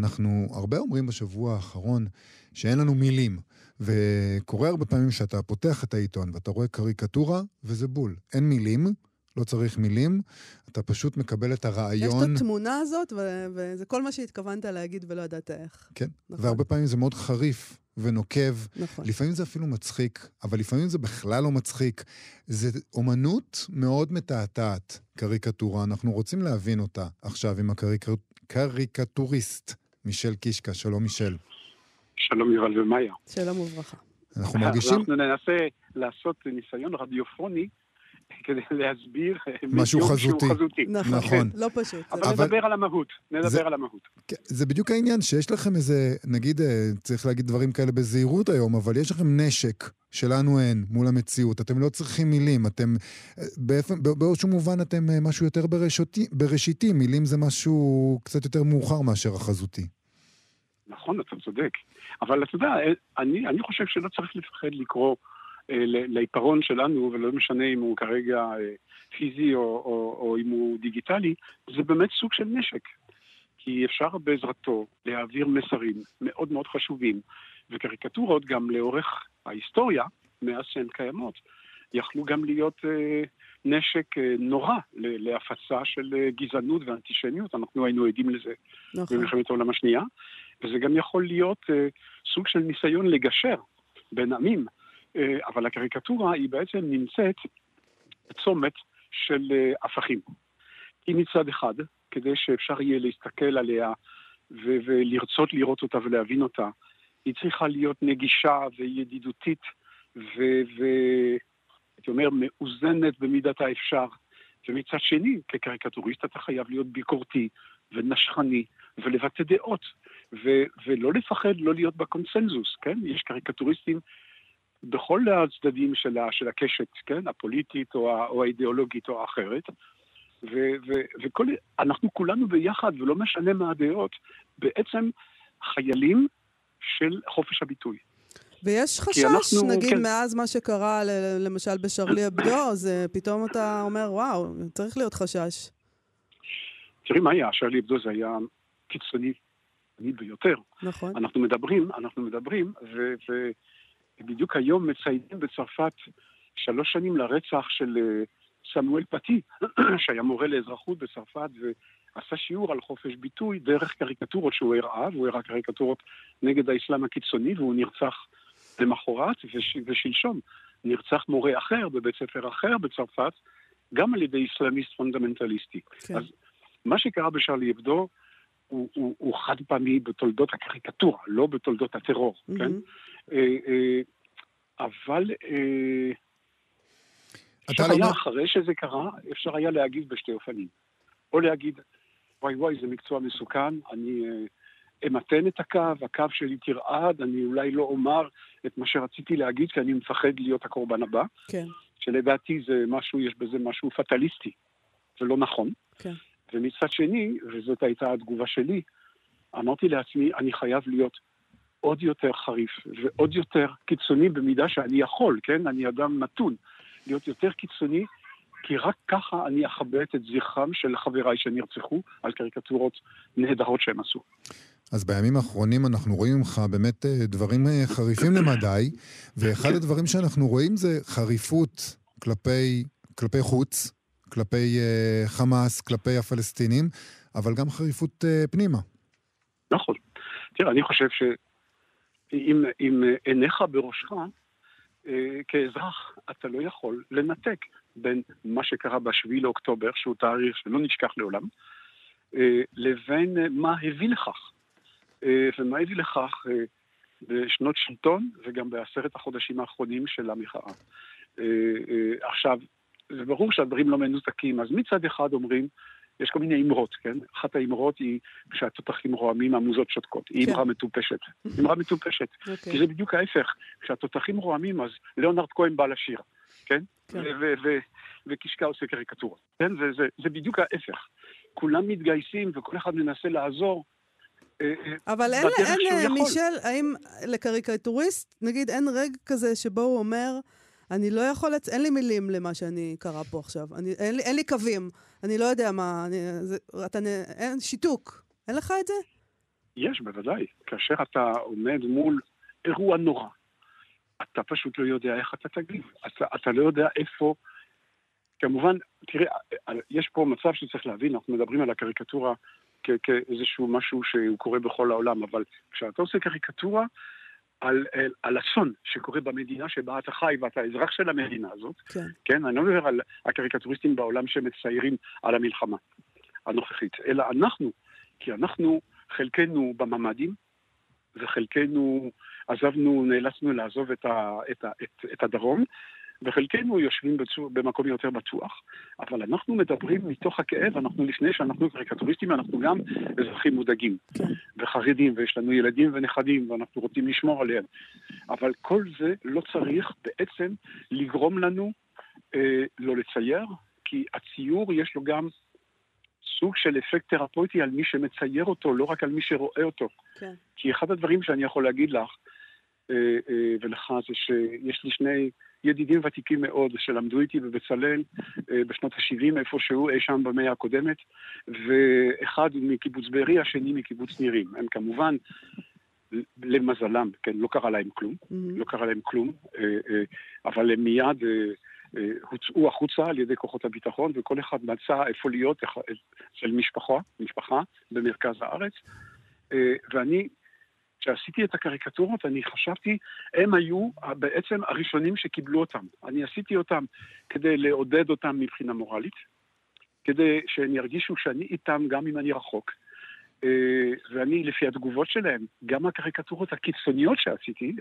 אנחנו הרבה אומרים בשבוע האחרון שאין לנו מילים, וקורה הרבה פעמים שאתה פותח את העיתון ואתה רואה קריקטורה וזה בול. אין מילים, לא צריך מילים, אתה פשוט מקבל את הרעיון. יש את התמונה הזאת, וזה כל מה שהתכוונת להגיד ולא ידעת איך. כן, נכון. והרבה פעמים זה מאוד חריף ונוקב. נכון. לפעמים זה אפילו מצחיק, אבל לפעמים זה בכלל לא מצחיק. זה אומנות מאוד מתעתעת, קריקטורה. אנחנו רוצים להבין אותה עכשיו עם הקריקטוריסט מישל קישקה. שלום מישל. שלום יובל ומאיה. שלום וברכה. אנחנו מרגישים... אנחנו ננסה לעשות ניסיון רדיופוני כדי להסביר משהו חזותי. נכון. לא פשוט. אבל נדבר על המהות. זה בדיוק העניין שיש לכם איזה, נגיד, צריך להגיד דברים כאלה בזהירות היום, אבל יש לכם נשק שלנו אין מול המציאות. אתם לא צריכים מילים. אתם, באיזשהו מובן אתם משהו יותר בראשיתי. מילים זה משהו קצת יותר מאוחר מאשר החזותי. נכון, אתה צודק. אבל אתה יודע, אני חושב שלא צריך לפחד לקרוא לעיפרון שלנו, ולא משנה אם הוא כרגע פיזי או אם הוא דיגיטלי, זה באמת סוג של נשק. כי אפשר בעזרתו להעביר מסרים מאוד מאוד חשובים, וקריקטורות גם לאורך ההיסטוריה, מאז שהן קיימות, יכלו גם להיות נשק נורא להפצה של גזענות ואנטישמיות. אנחנו היינו עדים לזה במלחמת העולם השנייה, וזה גם יכול להיות סוג של ניסיון לגשר בין עמים. אבל הקריקטורה היא בעצם נמצאת בצומת של הפכים. היא מצד אחד, כדי שאפשר יהיה להסתכל עליה ולרצות לראות אותה ולהבין אותה, היא צריכה להיות נגישה וידידותית הייתי אומר, מאוזנת במידת האפשר. ומצד שני, כקריקטוריסט אתה חייב להיות ביקורתי ונשכני ולבטא דעות, ולא לפחד לא להיות בקונסנזוס, כן? יש קריקטוריסטים בכל הצדדים של הקשת, כן? הפוליטית או האידיאולוגית או האחרת, אנחנו כולנו ביחד, ולא משנה מה הדעות, בעצם חיילים של חופש הביטוי. ויש חשש, נגיד, מאז מה שקרה, למשל בשרלי אבדו, זה פתאום אתה אומר, וואו, צריך להיות חשש. תראי מה היה, שרלי אבדו זה היה קיצוני ביותר. נכון. אנחנו מדברים, ובדיוק היום מציינים בצרפת 3 שנים לרצח של סמואל פטי, שהיה מורה לאזרחות בצרפת, ועשה שיעור על חופש ביטוי דרך קריקטורות שהוא הראה, והוא הראה קריקטורות נגד האסלאם הקיצוני, והוא נרצח למחרת, ושלשום נרצח מורה אחר בבית ספר אחר בצרפת, גם על ידי אסלאמיסט פונדמנטליסטי. כן. אז מה שקרה בשרלי אבדו הוא חד פעמי בתולדות הקריקטורה, לא בתולדות הטרור, כן? אבל אחרי שזה קרה, אפשר היה להגיב בשתי אופנים. או להגיד, וואי, זה מקצוע מסוכן, אני אמתן את הקו שלי תרעד, אני אולי לא אומר את מה שרציתי להגיד, כי אני מפחד להיות הקורבן הבא. כן. שלדעתי זה משהו, יש בזה משהו פטליסטי, זה לא נכון. כן. ומצד שני, וזאת הייתה התגובה שלי, אמרתי לעצמי, אני חייב להיות עוד יותר חריף, ועוד יותר קיצוני במידה שאני יכול, כן? אני אדם נתון, להיות יותר קיצוני, כי רק ככה אני אכבד את זכרם של חבריי שנרצחו על קריקטורות נהדרות שהם עשו. אז בימים האחרונים אנחנו רואים ממך באמת דברים חריפים למדי, ואחד הדברים שאנחנו רואים זה חריפות כלפי חוץ, כלפי חמאס, כלפי הפלסטינים, אבל גם חריפות פנימה. נכון. תראה, אני חושב שאם עיניך בראשך, כאזרח, אתה לא יכול לנתק בין מה שקרה ב7 לאוקטובר, שהוא תאריך שלא נשכח לעולם, לבין מה הביא לכך. ומה הביא לכך בשנות שלטון, וגם ב10 החודשים האחרונים של המחאה. עכשיו, זה ברור שהדברים לא מנותקים, אז מצד אחד אומרים, יש כל מיני אמרות, כן? אחת האמרות היא, כשהתותחים רועמים, המוזות שותקות. היא אמרה מטופשת. אמרה מטופשת. כי זה בדיוק ההפך. כשהתותחים רועמים, אז ליאונרד כהן בא לשיר, כן? וקישקה עושה קריקטורות. כן? זה בדיוק ההפך. כולם מתגייסים, וכל אחד מנסה לעזור. אבל אין, מישל, האם לקריקטוריסט, נגיד, אין רגע כזה שבו הוא אומר, אני לא יכול, אין לי מילים למה שאני קרא פה עכשיו. אין לי קווים. אני לא יודע מה, אין שיתוק. אין לך את זה? יש, בוודאי. כאשר אתה עומד מול אירוע נורא, אתה פשוט לא יודע איך אתה תגיב. אתה לא יודע איפה... כמובן, תראה, יש פה מצב שצריך להבין, אנחנו מדברים על הקריקטורה כאיזשהו משהו שהוא קורה בכל העולם, אבל כשאתה עושה קריקטורה על אסון שקורה במדינה שבה אתה חי ואתה אזרח של המדינה הזאת, כן, אני לא מדבר על הקריקטוריסטים בעולם שמציירים על המלחמה הנוכחית, אלא אנחנו, כי אנחנו חלקנו בממדים, וחלקנו נאלצנו לעזוב את הדרום, וחלקנו יושבים במקום יותר בטוח, אבל אנחנו מדברים מתוך הכאב, אנחנו לפני שאנחנו קריקטוריסטים, אנחנו גם אזרחים מודאגים, וחרדים, ויש לנו ילדים ונכדים, ואנחנו רוצים לשמור עליהם. אבל כל זה לא צריך בעצם לגרום לנו לא לצייר, כי הציור יש לו גם סוג של אפקט תרפויטי על מי שמצייר אותו, לא רק על מי שרואה אותו. כן. כי אחד הדברים שאני יכול להגיד לך, ולך, זה שיש לי שני ידידים ותיקים מאוד שלמדו איתי בבצלאל בשנות ה-70 איפשהו אי שם במאה הקודמת, ואחד הוא מקיבוץ בארי, השני מקיבוץ נירים. הם כמובן, למזלם, כן, לא קרה להם כלום, אבל הם מיד הוצאו החוצה על ידי כוחות הביטחון, וכל אחד מצא איפה להיות של משפחה במרכז הארץ, ואני כשעשיתי את הקריקטורות, אני חשבתי, הם היו בעצם הראשונים שקיבלו אותם. אני עשיתי אותם כדי לעודד אותם מבחינה מורלית, כדי שהם ירגישו שאני איתם גם אם אני רחוק. ואני, לפי התגובות שלהם, גם הקריקטורות הקיצוניות שעשיתי,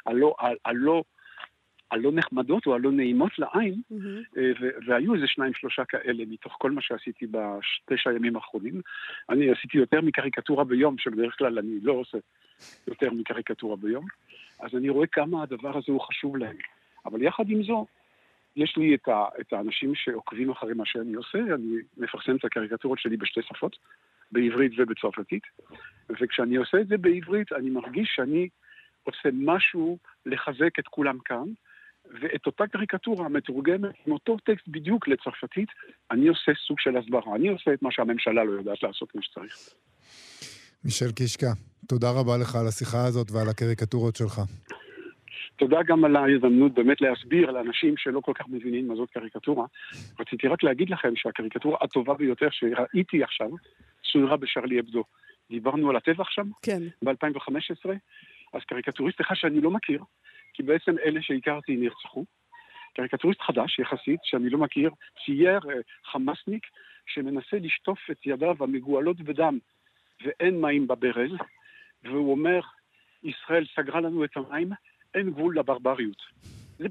הלא נחמדות או הלא נעימות לעין, והיו איזה 2-3 כאלה מתוך כל מה שעשיתי ב9 ימים האחרונים. אני עשיתי יותר מקריקטורה ביום, שבדרך כלל אני לא עושה יותר מקריקטורה ביום, אז אני רואה כמה הדבר הזה הוא חשוב להם. אבל יחד עם זו, יש לי את האנשים שעוקבים אחרי מה שאני עושה, אני מפרסם את הקריקטורות שלי בשתי שפות, בעברית ובצרפתית, וכשאני עושה את זה בעברית, אני מרגיש שאני עושה משהו לחזק את כולם כאן, ואת אותה קריקטורה המתורגמת עם אותו טקסט בדיוק לצרפתית, אני עושה סוג של הסברה, אני עושה את מה שהממשלה לא יודעת לעשות כמו שצריך. מישל קישקה, תודה רבה לך על השיחה הזאת ועל הקריקטורות שלך. תודה גם על ההזדמנות באמת להסביר לאנשים שלא כל כך מבינים מה זאת קריקטורה. רציתי רק להגיד לכם שהקריקטורה הטובה ביותר שראיתי עכשיו, צוירה בשרלי אבדו. דיברנו על הטבח שם, כן. ב-2015, אז קריקטוריסט אחד שאני לא מכיר, כי בעצם אלה שהכרתי נרצחו. קריקטוריסט חדש יחסית, שאני לא מכיר, צייר חמאסניק, שמנסה לשטוף את ידיו המגואלות בדם, ואין מים בברז, והוא אומר, ישראל סגרה לנו את המים, אין גבול לברבריות. זה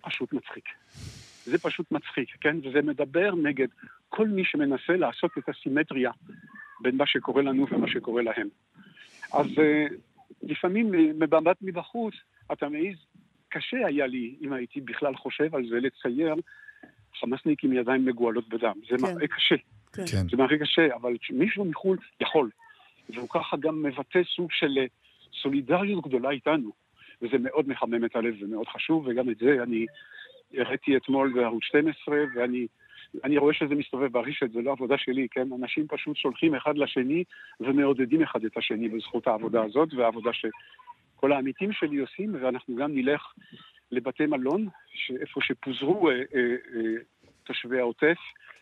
פשוט מצחיק, כן? וזה מדבר נגד כל מי שמנסה לעשות את הסימטריה בין מה שקורה לנו ומה שקורה להם. אז לפעמים מבט מבחוץ, אתה מעיז, קשה היה לי, אם הייתי בכלל חושב על זה, לצייר חמאסניק עם ידיים מגואלות בדם. זה מראה קשה. כן. זה מראה קשה, אבל מישהו מחול יכול. והוא ככה גם מבטא סוג של סולידריות גדולה איתנו. וזה מאוד מחמם את הלב ומאוד חשוב, וגם את זה אני הראיתי אתמול בערוץ 12, ואני רואה שזה מסתובב ברשת, זה לא עבודה שלי, כן? אנשים פשוט שולחים אחד לשני ומעודדים אחד את השני בזכות העבודה הזאת, והעבודה שכל העמיתים שלי עושים, ואנחנו גם נלך לבתי מלון, איפה שפוזרו תושבי העוטף,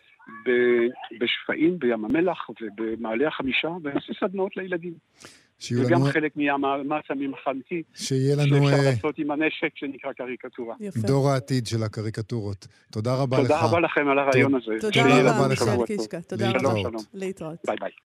בשפעים, בים המלח ובמעלה החמישה, ונעשה סדנאות לילדים. זה גם חלק מהמאמץ המלחמתי שאפשר לעשות עם הנשק שנקרא קריקטורה. דור העתיד של הקריקטורות. תודה רבה לך. תודה רבה לכם על הרעיון הזה. תודה רבה, מישל קישקה. תודה רבה. להתראות. ביי ביי.